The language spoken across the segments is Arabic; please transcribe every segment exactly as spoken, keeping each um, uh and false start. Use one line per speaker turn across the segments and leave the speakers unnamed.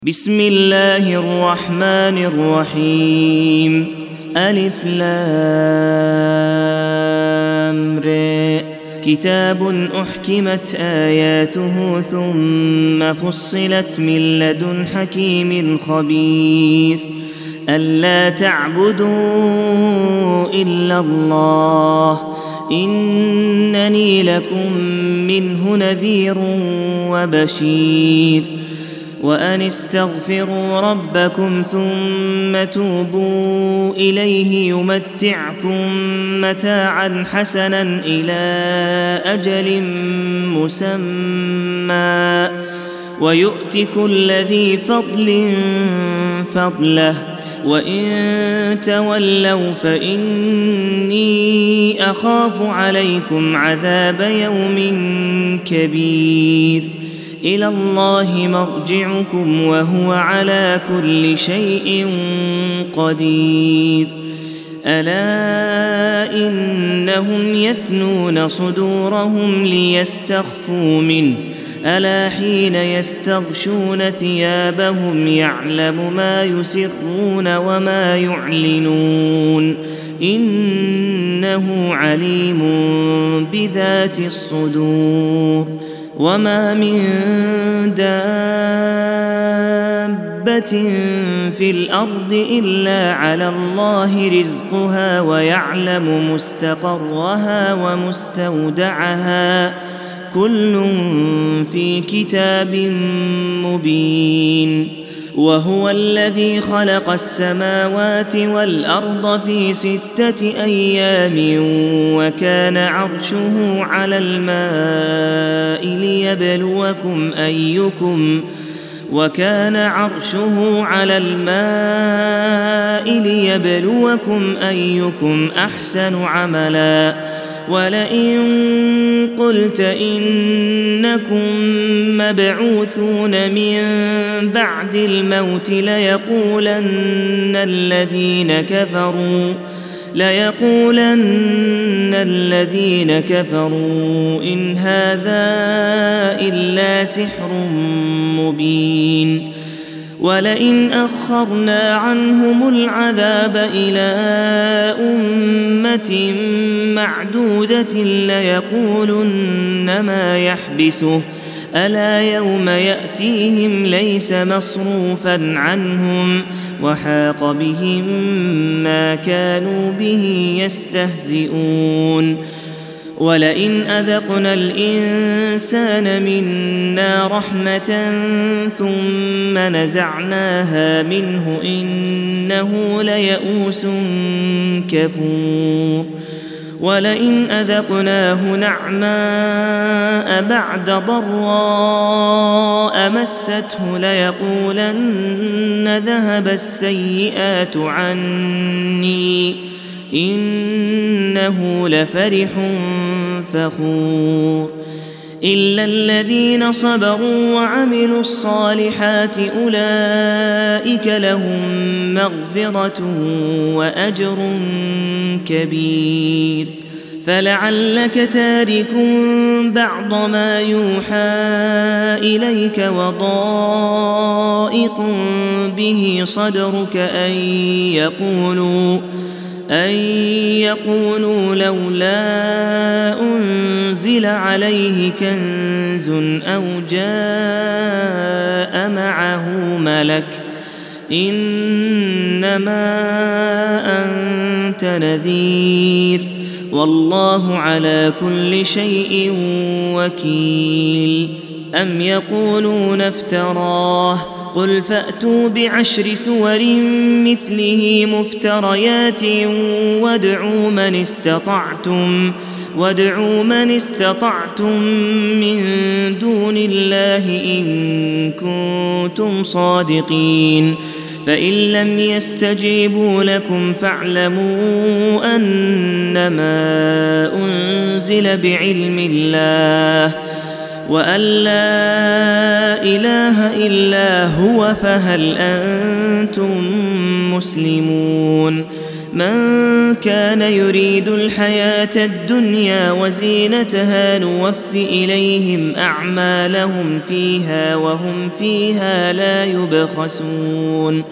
بسم الله الرحمن الرحيم ألف لام ر كتاب أحكمت آياته ثم فصلت من لدن حكيم خبير ألا تعبدوا إلا الله إنني لكم منه نذير وبشير وأن استغفروا ربكم ثم توبوا إليه يمتعكم متاعا حسنا إلى أجل مسمى ويؤت كل ذي فضل فضله وإن تولوا فإني أخاف عليكم عذاب يوم كبير إلى الله مرجعكم وهو على كل شيء قدير ألا إنهم يثنون صدورهم ليستخفوا منه ألا حين يستغشون ثيابهم يعلم ما يسرون وما يعلنون إنه عليم بذات الصدور وما من دابة في الأرض إلا على الله رزقها ويعلم مستقرها ومستودعها كل في كتاب مبين وهو الذي خلق السماوات والأرض في ستة أيام وكان عرشه على الماء ليبلوكم أيكم وكان عرشه على الماء ليبلوكم أيكم أحسن عملا ولئن قلت إنكم مبعوثون من بعد الموت ليقولن الذين كفروا ليقولن الذين كفروا إن هذا إلا سحر مبين ولئن أخرنا عنهم العذاب إلى أمة معدودة ليقولن ما يحبسه ألا يوم يأتيهم ليس مصروفا عنهم وحاق بهم ما كانوا به يستهزئون ولئن أذقنا الإنسان منا رحمة ثم نزعناها منه إنه ليئوس كفور ولئن أذقناه نعماء بعد ضراء مسته ليقولن ذهب السيئات عني إنه لفرح فخور إلا الذين صبروا وعملوا الصالحات أولئك لهم مغفرة وأجر كبير فلعلك تارك بعض ما يوحى إليك وضائق به صدرك أن يقولوا أن يقولوا لولا أنزل عليه كنز أو جاء معه ملك إنما أنت نذير والله على كل شيء وكيل أم يقولون افتراه قل فأتوا بعشر سور مثله مفتريات وادعوا من استطعتم وادعوا من استطعتم من دون الله إن كنتم صادقين فإن لم يستجيبوا لكم فاعلموا أنما أنزل بعلم الله وأن لا إله إلا هو فهل أنتم مسلمون من كان يريد الحياة الدنيا وزينتها نوف إليهم أعمالهم فيها وهم فيها لا يبخسون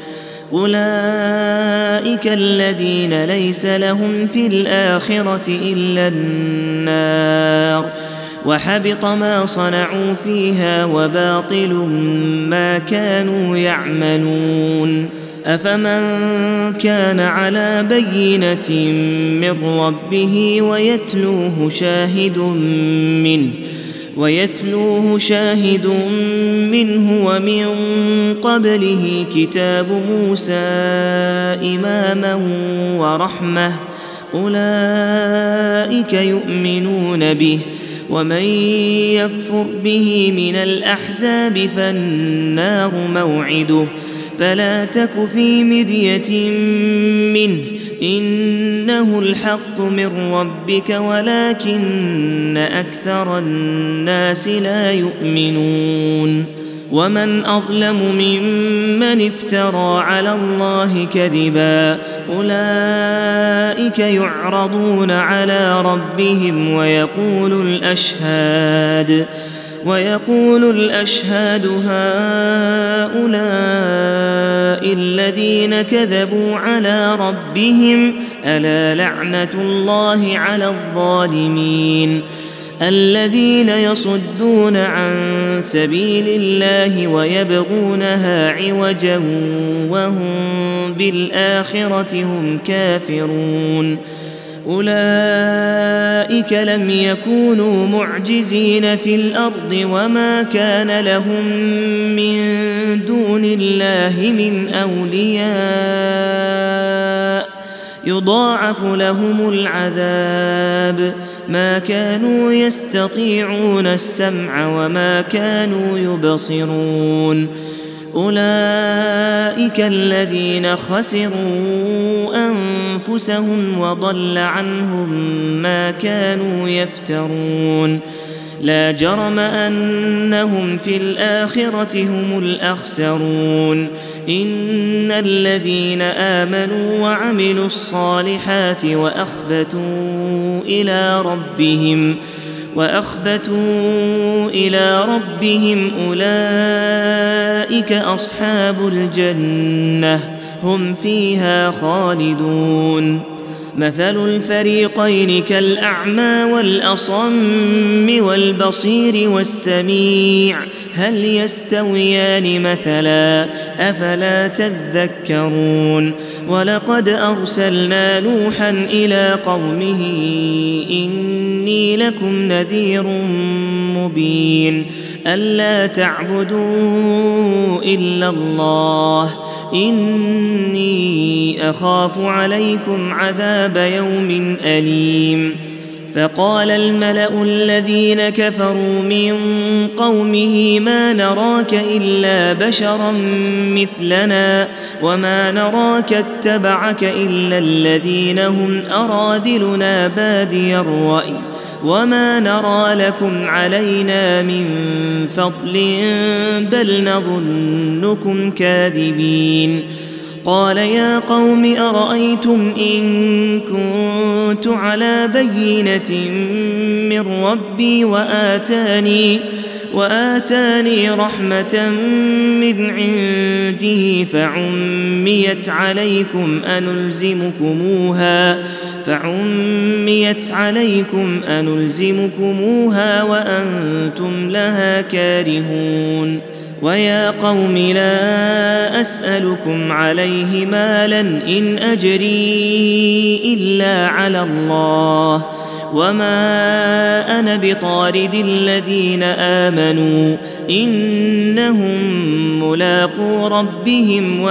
أولئك الذين ليس لهم في الآخرة إلا النار وحبط ما صنعوا فيها وباطل ما كانوا يعملون أفمن كان على بينة من ربه ويتلوه شاهد منه ويتلوه شاهد منه ومن قبله كتاب موسى إماما ورحمة أولئك يؤمنون به ومن يكفر به من الأحزاب فالنار موعده فلا تك في مرية منه إنه الحق من ربك ولكن أكثر الناس لا يؤمنون ومن أظلم ممن افترى على الله كذبا أولئك يعرضون على ربهم ويقول الأشهاد ويقول الأشهاد هؤلاء الذين كذبوا على ربهم ألا لعنة الله على الظالمين الذين يصدون عن سبيل الله ويبغونها عوجا وهم بالآخرة هم كافرون أولئك لم يكونوا معجزين في الأرض وما كان لهم من دون الله من أولياء يضاعف لهم العذاب ما كانوا يستطيعون السمع وما كانوا يبصرون أولئك الذين خسروا أنفسهم وضل عنهم ما كانوا يفترون لا جرم أنهم في الآخرة هم الأخسرون إن الذين آمنوا وعملوا الصالحات وأخبتوا إلى ربهم وأخبتوا إلى ربهم أولئك أصحاب الجنة هم فيها خالدون مثل الفريقين كالأعمى والأصم والبصير والسميع هل يستويان مثلا أفلا تذكرون ولقد أرسلنا نوحا إلى قومه إني لكم نذير مبين ألا تعبدوا إلا الله إني أخاف عليكم عذاب يوم أليم فقال الملأ الذين كفروا من قومه ما نراك إلا بشرا مثلنا وما نراك اتبعك إلا الذين هم أراذلنا بادي الرأي وما نرى لكم علينا من فضل بل نظنكم كاذبين قال يا قوم أرأيتم إن كنت على بينة من ربي وآتاني وآتاني رحمة من عنده فعميت عليكم أنلزمكموها فعميت عليكم أنلزمكموها وأنتم لها كارهون ويا قوم لا أسألكم عليه مالا إن أجري إلا على الله وما أنا بطارد الذين آمنوا إنهم ملاقو ربهم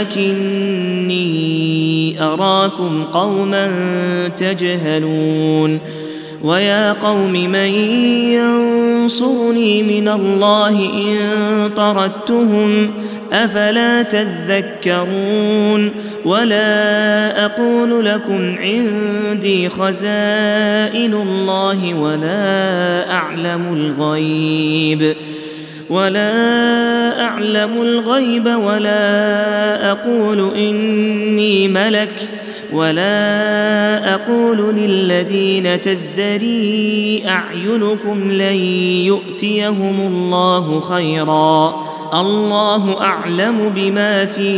ولكني أراكم قوما تجهلون ويا قوم من ينصرني من الله إن طردتهم أفلا تذكرون ولا أقول لكم عندي خزائن الله ولا أعلم الغيب ولا أعلم الغيب ولا أقول إني ملك ولا أقول للذين تزدري أعينكم لن يؤتيهم الله خيرا، الله أعلم بما في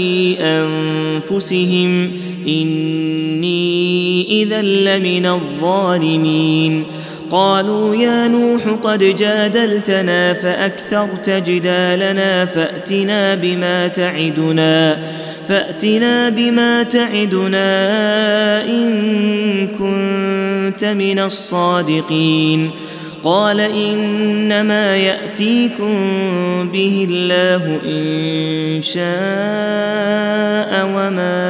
أنفسهم، إني إذا لمن الظالمين. قالوا يا نوح قد جادلتنا فأكثرت جدالنا فأتنا بما تعدنا فأتنا بما تعدنا إن كنت من الصادقين. قال إنما يأتيكم به الله إن شاء وما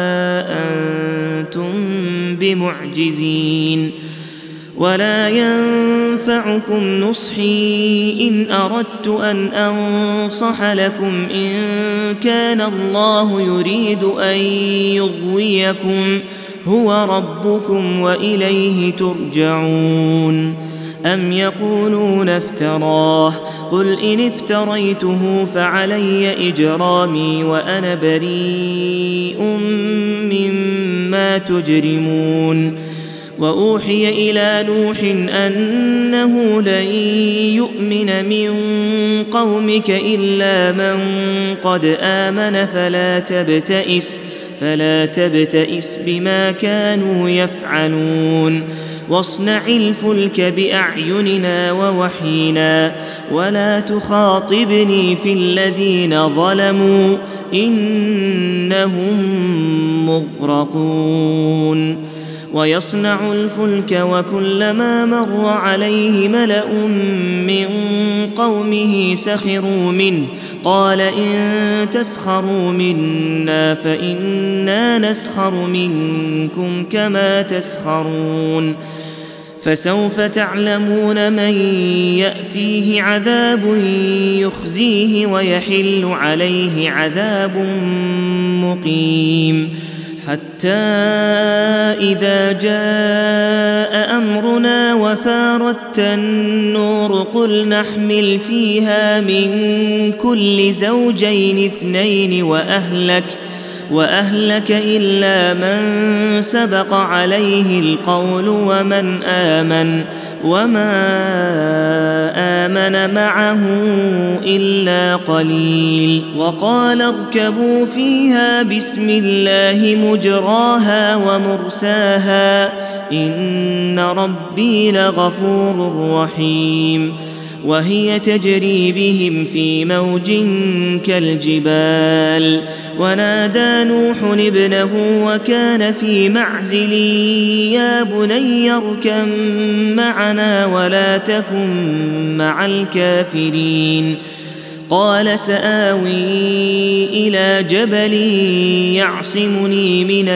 أنتم بمعجزين. ولا ينفعكم نصحي إن أردت أن أنصح لكم إن كان الله يريد أن يغويكم هو ربكم وإليه ترجعون. أم يقولون افتراه قل إن افتريته فعلي إجرامي وأنا بريء مما تجرمون. وأوحي إلى نوح أنه لن يؤمن من قومك إلا من قد آمن فلا تبتئس فلا تبتئس بما كانوا يفعلون. واصنع الفلك بأعيننا ووحينا ولا تخاطبني في الذين ظلموا إنهم مغرقون. ويصنع الفلك وكلما مر عليه ملأ من قومه سخروا منه قال إن تسخروا منا فإنا نسخر منكم كما تسخرون. فسوف تعلمون من يأتيه عذاب يخزيه ويحل عليه عذاب مقيم. حتى إذا جاء أمرنا وفارت النور قل نحمل فيها من كل زوجين اثنين وأهلك وأهلك إلا من سبق عليه القول ومن آمن وما آمن معه إلا قليل. وقال اركبوا فيها بسم الله مجراها ومرساها إن ربي لغفور رحيم. وهي تجري بهم في موج كالجبال. ونادى نوح ابنه وكان في معزل يا بني اركب معنا ولا تكن مع الكافرين. قال سآوي إلى جبل يعصمني من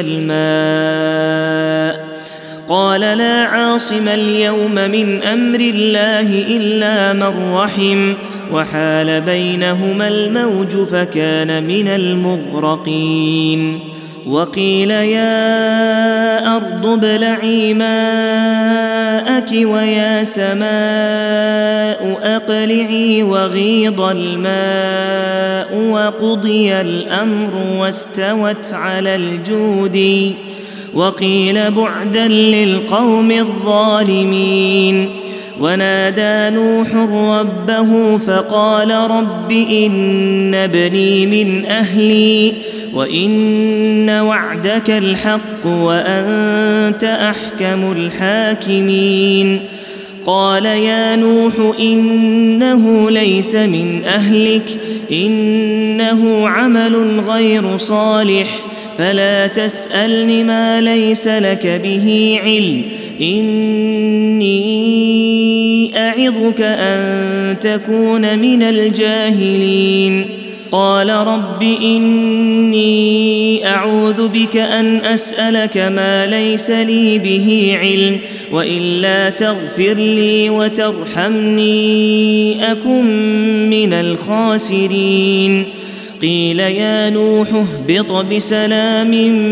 الماء قال لا عاصم اليوم من أمر الله إلا من رحم وحال بينهما الموج فكان من المغرقين. وقيل يا أرض ابلعي ماءك ويا سماء أقلعي وغيض الماء وقضي الأمر واستوت على الجود وقيل بعدا للقوم الظالمين. ونادى نوح ربه فقال رب إن ابني من أهلي وإن وعدك الحق وأنت أحكم الحاكمين. قال يا نوح إنه ليس من أهلك إنه عمل غير صالح فلا تسألن ما ليس لك به علم إني أعظك أن تكون من الجاهلين. قال رب إني أعوذ بك أن أسألك ما ليس لي به علم وإلا تغفر لي وترحمني أكن من الخاسرين. قيل يا نوح اهبط بسلام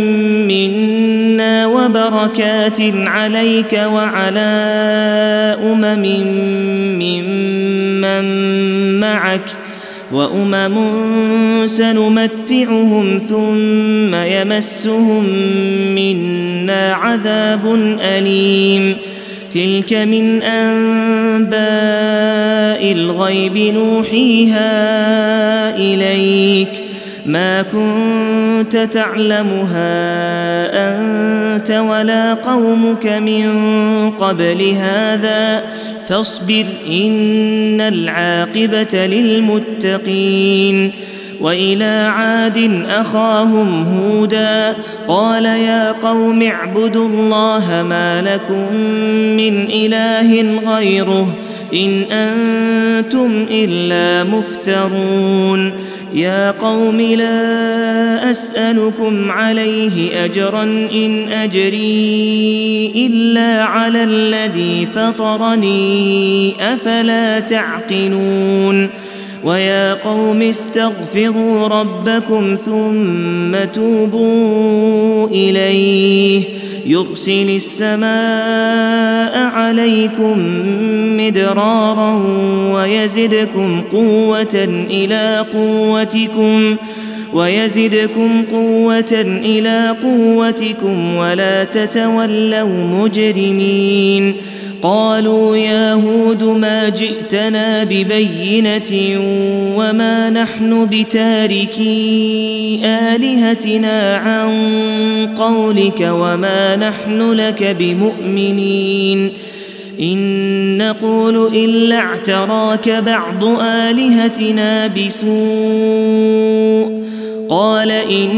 منا وبركات عليك وعلى أمم ممن معك وأمم سنمتعهم ثم يمسهم منا عذاب أليم تلك من أنباء الغيب نوحيها إليك ما كنت تعلمها أنت ولا قومك من قبل هذا فاصبر إن العاقبة للمتقين وإلى عاد أخاهم هودا قال يا قوم اعبدوا الله ما لكم من إله غيره إن أنتم إلا مفترون يا قوم لا أسألكم عليه أجرا إن أجري إلا على الذي فطرني أفلا تعقلون ويا قوم استغفروا ربكم ثم توبوا إليه يرسل السماء عليكم مدرارا ويزدكم قوة إلى قوتكم ويزدكم قوة إلى قوتكم ولا تتولوا مجرمين قالوا يا هود ما جئتنا ببينة وما نحن بتاركي آلهتنا عن قولك وما نحن لك بمؤمنين إن نقول إلا اعتراك بعض آلهتنا بسوء قال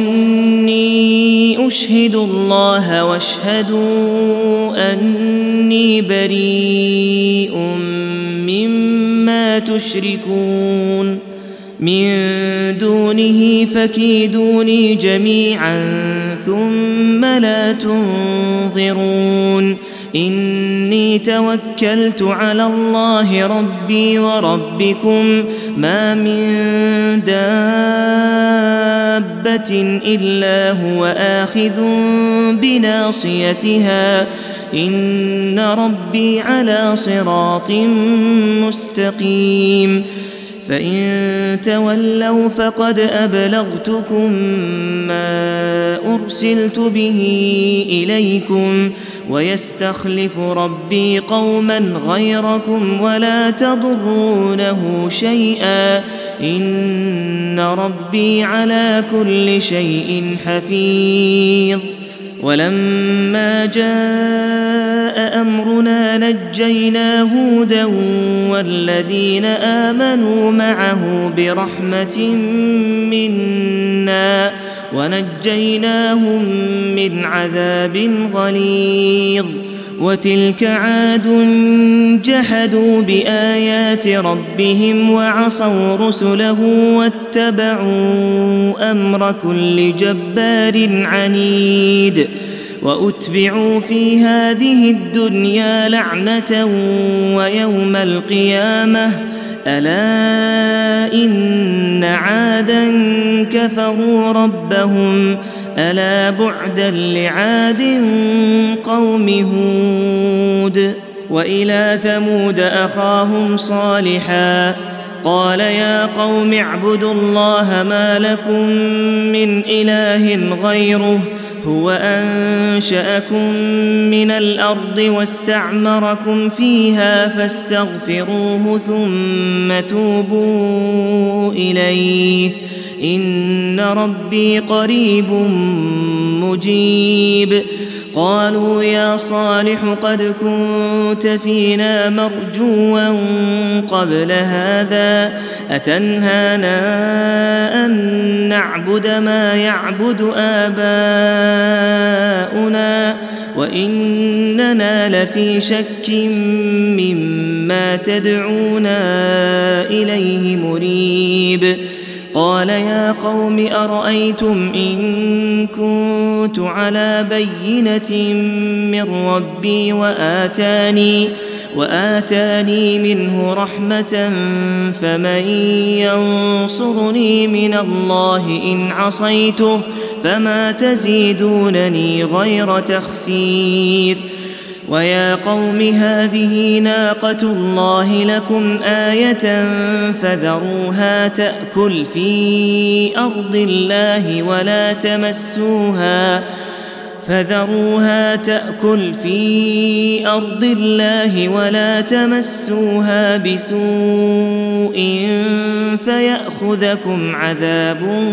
إني أشهد الله واشهدوا أني بريء مما تشركون من دونه فكيدوني جميعا ثم لا تنظرون إني توكلت على الله ربي وربكم ما من دابة إلا هو آخذ بناصيتها إن ربي على صراط مستقيم فإن تولوا فقد أبلغتكم ما أرسلت به إليكم ويستخلف ربي قوما غيركم ولا تضرونه شيئا إن ربي على كل شيء حفيظ ولما جاء أمرنا نجينا هودا والذين آمنوا معه برحمة منا ونجيناهم من عذاب غليظ وتلك عاد جحدوا بآيات ربهم وعصوا رسله واتبعوا أمر كل جبار عنيد وأتبعوا في هذه الدنيا لعنة ويوم القيامة ألا إن عادا كفروا ربهم ألا بعدا لعاد قوم هود وإلى ثمود أخاهم صالحا قال يا قوم اعبدوا الله ما لكم من إله غيره هو أنشأكم من الأرض واستعمركم فيها فاستغفروه ثم توبوا إليه إن ربي قريب مجيب قالوا يا صالح قد كنت فينا مرجوا قبل هذا أتنهانا أن نعبد ما يعبد آباؤنا وإننا لفي شك مما تدعونا إليه مريب قال يا قوم أرأيتم إن كنت على بينة من ربي وآتاني وآتاني منه رحمة فمن ينصرني من الله إن عصيته فما تزيدونني غير تخسير ويا قوم هذه ناقة الله لكم آية فذروها تأكل في أرض الله ولا تمسوها فذروها تأكل في أرض الله ولا تمسوها بسوء فيأخذكم عذاب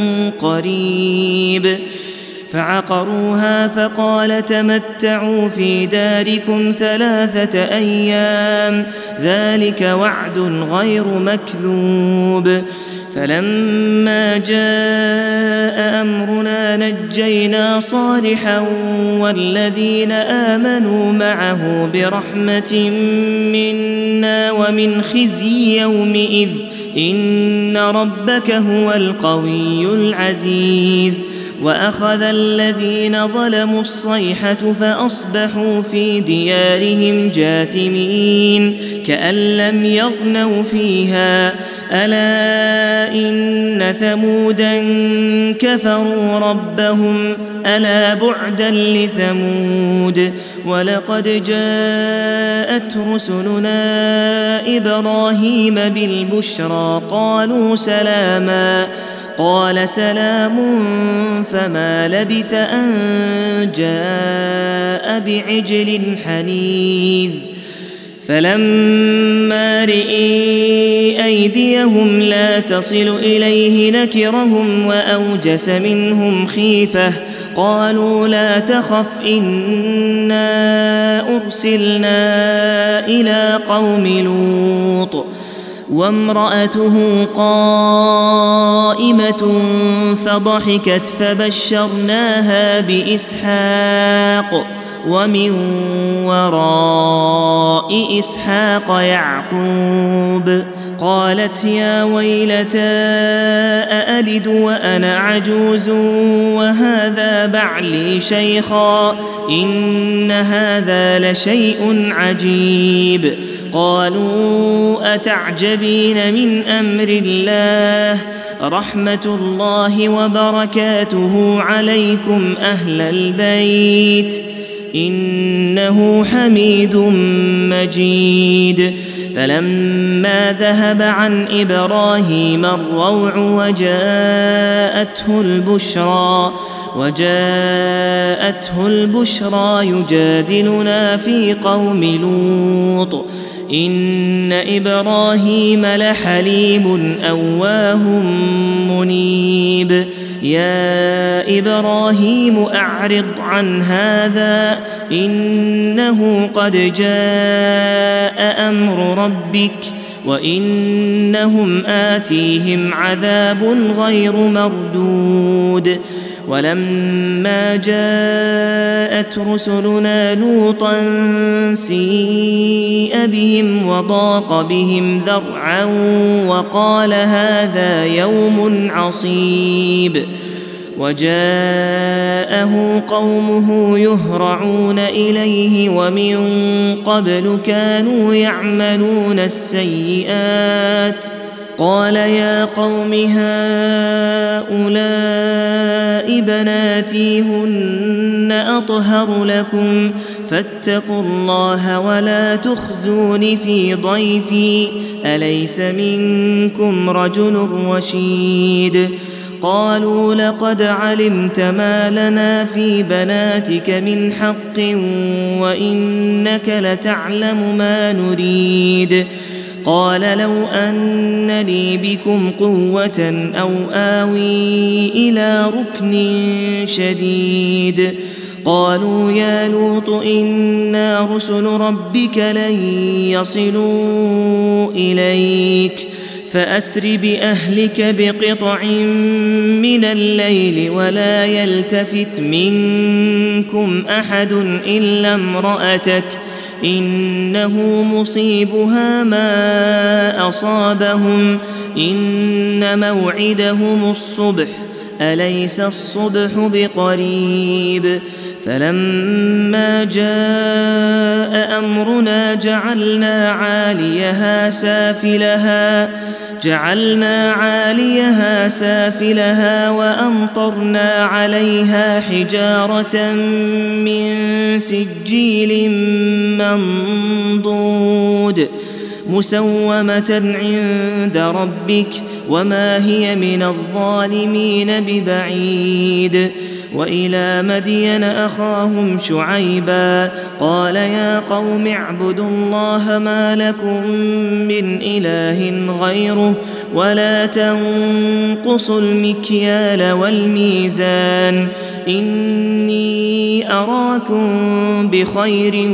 قريب فعقروها فقال تمتعوا في داركم ثلاثة أيام ذلك وعد غير مكذوب فلما جاء أمرنا نجينا صالحا والذين آمنوا معه برحمة منا ومن خزي يومئذ إن ربك هو القوي العزيز وأخذ الذين ظلموا الصيحة فأصبحوا في ديارهم جاثمين كأن لم يغنوا فيها ألا إن ثمودا كفروا ربهم ألا بعدا لثمود ولقد جاءت رسلنا إبراهيم بالبشرى قالوا سلاما قال سلام فما لبث أن جاء بعجل حنيذ فلما رئي أيديهم لا تصل إليه نكرهم وأوجس منهم خيفة قالوا لا تخف إنا أرسلنا إلى قوم لوط وامرأته قائمة فضحكت فبشرناها بإسحاق ومن وراء إسحاق يعقوب قالت يا ويلتى أألد وأنا عجوز وهذا بعلي شيخا إن هذا لشيء عجيب قالوا أتعجبين من أمر الله رحمة الله وبركاته عليكم أهل البيت إنه حميد مجيد فلما ذهب عن إبراهيم الروع وجاءته البشرى وجاءته البشرى يجادلنا في قوم لوط إن إبراهيم لحليم أواه منيب يا إبراهيم أعرض عن هذا إنه قد جاء أمر ربك وإنهم آتيهم عذاب غير مردود ولما جاءت رسلنا لوطا سيء بهم وضاق بهم ذرعا وقال هذا يوم عصيب وجاءه قومه يهرعون إليه ومن قبل كانوا يعملون السيئات قال يا قوم هؤلاء بناتي هن أطهر لكم فاتقوا الله ولا تخزون في ضيفي أليس منكم رجل رشيد قالوا لقد علمت ما لنا في بناتك من حق وإنك لتعلم ما نريد قال لو أن لي بكم قوة أو آوي إلى ركن شديد قالوا يا لوط إنا رسل ربك لن يصلوا إليك فأسر بأهلك بقطع من الليل ولا يلتفت منكم أحد إلا امرأتك إنه مصيبها ما أصابهم إن موعدهم الصبح أليس الصبح بقريب فلما جاء أمرنا جعلنا عاليها سافلها جعلنا عاليها سافلها وأمطرنا عليها حجارة من سجيل منضود مسومة عند ربك وما هي من الظالمين ببعيد. وإلى مدين أخاهم شعيبا قال يا قوم اعبدوا الله ما لكم من إله غيره ولا تنقصوا المكيال والميزان إني أراكم بخير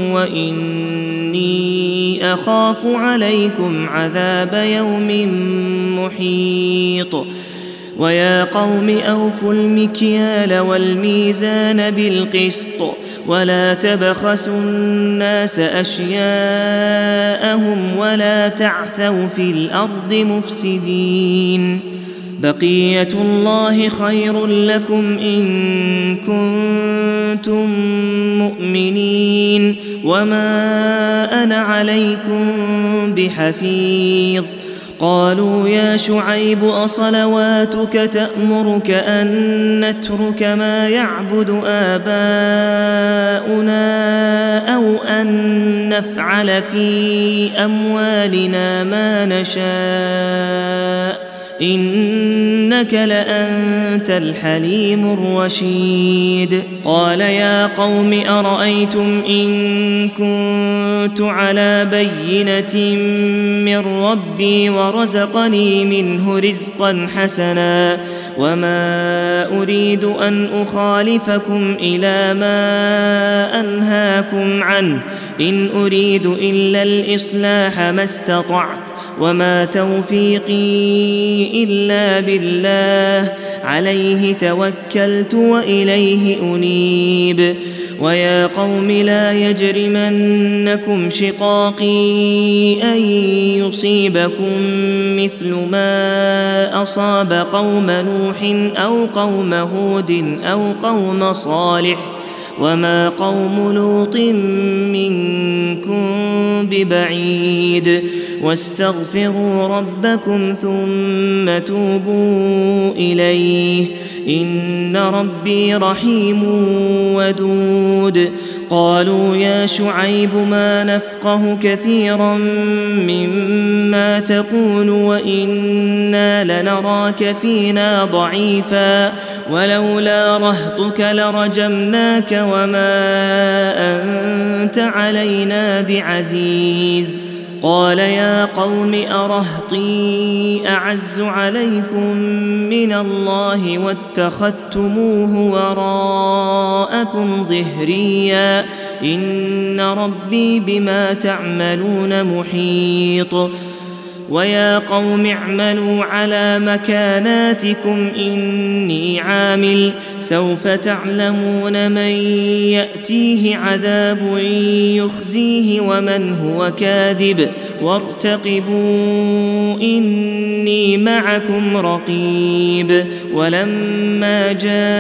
وإني أخاف عليكم عذاب يوم محيط. ويا قوم أوفوا المكيال والميزان بالقسط ولا تبخسوا الناس أشياءهم ولا تعثوا في الأرض مفسدين. بقية الله خير لكم إن كنتم مؤمنين وما أنا عليكم بحفيظ. قالوا يا شعيب أصلواتك تأمرك أن نترك ما يعبد آباؤنا أو أن نفعل في أموالنا ما نشاء إنك لأنت الحليم الرشيد. قال يا قوم أرأيتم إن كنت على بينة من ربي ورزقني منه رزقا حسنا وما أريد أن أخالفكم إلى ما أنهاكم عنه إن أريد إلا الإصلاح ما استطعت وما توفيقي إلا بالله عليه توكلت وإليه أنيب. ويا قوم لا يجرمنكم شقاقي أن يصيبكم مثل ما أصاب قوم نوح أو قوم هود أو قوم صالح وما قوم لوط منكم ببعيد. واستغفروا ربكم ثم توبوا إليه إن ربي رحيم ودود. قالوا يا شعيب ما نفقه كثيرا مما تقول وإنا لنراك فينا ضعيفا ولولا رهطك لرجمناك وما أنت علينا بعزيز. قال يا قوم أرهطي أعز عليكم من الله واتخذتموه وراءكم ظهريا إن ربي بما تعملون محيط. ويا قوم اعملوا على مكاناتكم إني عامل سوف تعلمون من يأتيه عذاب يخزيه ومن هو كاذب وارتقبوا إني معكم رقيب. ولما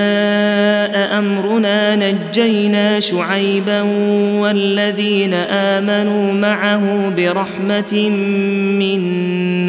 جاء أمرنا نجينا شعيبا والذين آمنوا معه برحمة منا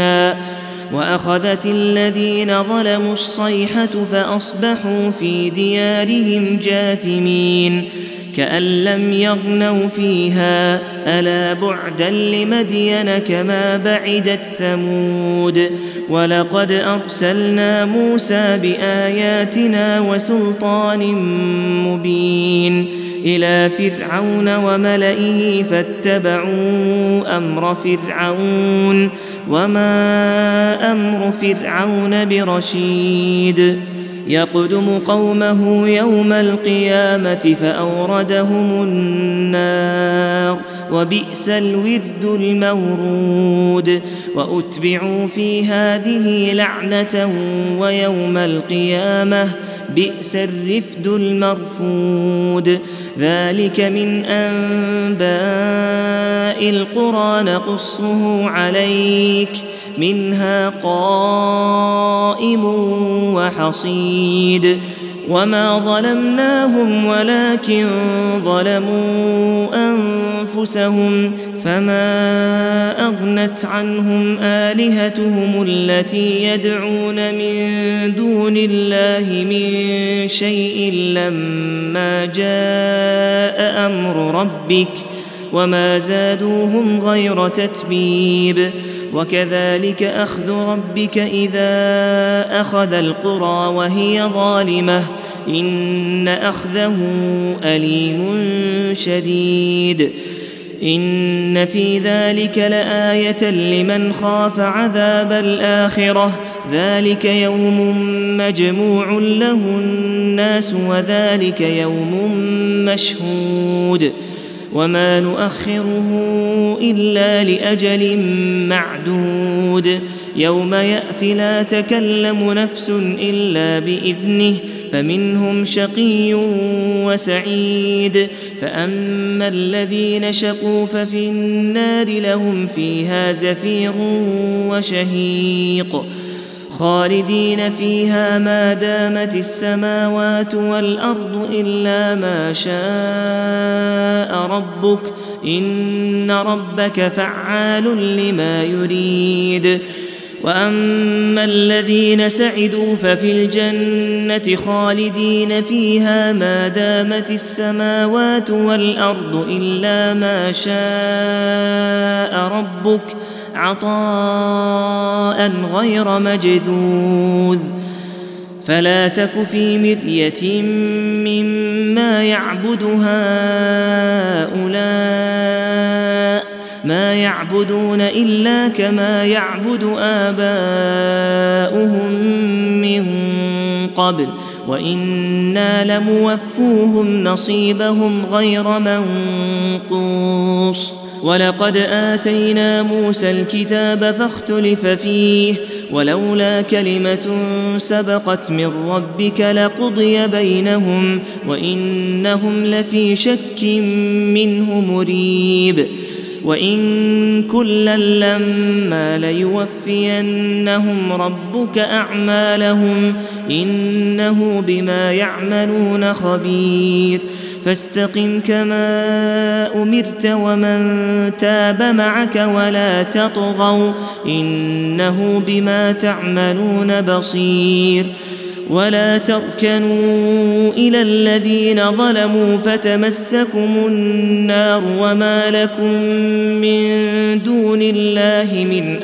وأخذت الذين ظلموا الصيحة فأصبحوا في ديارهم جاثمين كأن لم يغنوا فيها ألا بعدا لمدين كما بعدت ثمود. ولقد أرسلنا موسى بآياتنا وسلطان مبين إلى فرعون وملئه فاتبعوا أمر فرعون وما أمر فرعون برشيد. يقدم قومه يوم القيامة فأوردهم النار وبئس الورد المورود. وأتبعوا في هذه لعنة ويوم القيامة بئس الرفد المرفود. ذلك من أنباء القرى نقصه عليك منها قائم وحصيد. وما ظلمناهم ولكن ظلموا أنفسهم فما أغنت عنهم آلهتهم التي يدعون من دون الله من شيء لما جاء أمر ربك وما زادوهم غير تتبيب وكذلك أخذ ربك إذا أخذ القرى وهي ظالمة إن أخذه أليم شديد إن في ذلك لآية لمن خاف عذاب الآخرة ذلك يوم مجموع له الناس وذلك يوم مشهود وما نؤخره إلا لأجل معدود يوم يأتي لا تكلم نفس إلا بإذنه فمنهم شقي وسعيد فأما الذين شقوا ففي النار لهم فيها زفير وشهيق خالدين فيها ما دامت السماوات والأرض إلا ما شاء ربك إن ربك فعال لما يريد وأما الذين سعدوا ففي الجنة خالدين فيها ما دامت السماوات والأرض إلا ما شاء ربك عطاء غير مجذوذ فلا تك في مرية مما يعبد هؤلاء ما يعبدون إلا كما يعبد آباؤهم من قبل وإنا لموفوهم نصيبهم غير منقوص ولقد آتينا موسى الكتاب فاختلف فيه ولولا كلمة سبقت من ربك لقضي بينهم وإنهم لفي شك منه مريب وإن كلا لما ليوفينهم ربك أعمالهم إنه بما يعملون خبير فاستقم كما أمرت ومن تاب معك ولا تطغوا إنه بما تعملون بصير ولا تركنوا إلى الذين ظلموا فتمسكم النار وما لكم من دون الله من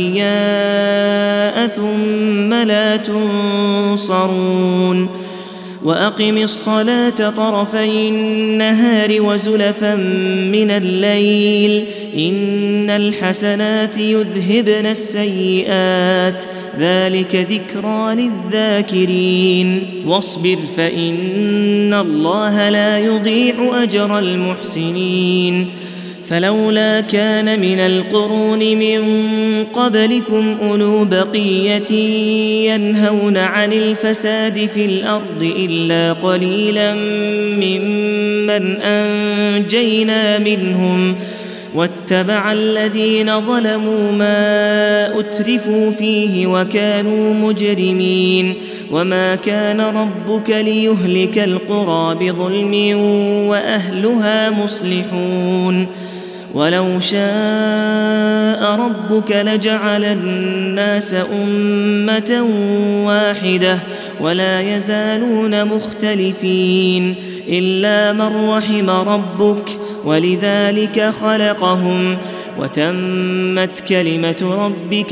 أولياء ثم لا تنصرون وأقم الصلاة طرفي النهار وزلفا من الليل إن الحسنات يذهبن السيئات ذلك ذكرى للذاكرين واصبر فإن الله لا يضيع أجر المحسنين فلولا كان من القرون من قبلكم أولو بقية ينهون عن الفساد في الأرض إلا قليلا ممن أنجينا منهم واتبع الذين ظلموا ما أترفوا فيه وكانوا مجرمين وما كان ربك ليهلك القرى بظلم وأهلها مصلحون ولو شاء ربك لجعل الناس أمة واحدة ولا يزالون مختلفين إلا من رحم ربك ولذلك خلقهم وتمت كلمة ربك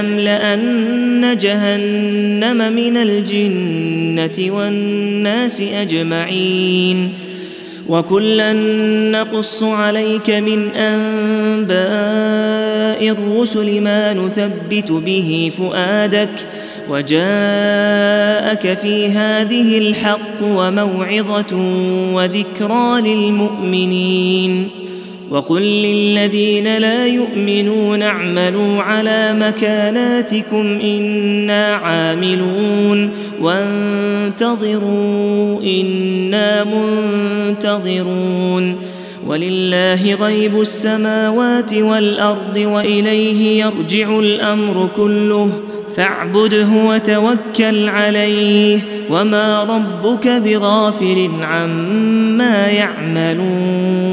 لأملأن جهنم من الجنة والناس أجمعين وكلا نقص عليك من أنباء الرسل ما نثبت به فؤادك وجاءك في هذه الحق وموعظة وذكرى للمؤمنين وقل للذين لا يؤمنون اعملوا على مكاناتكم إنا عاملون وانتظروا إنا منتظرون ولله غيب السماوات والأرض وإليه يرجع الأمر كله فاعبده وتوكل عليه وما ربك بغافل عما يعملون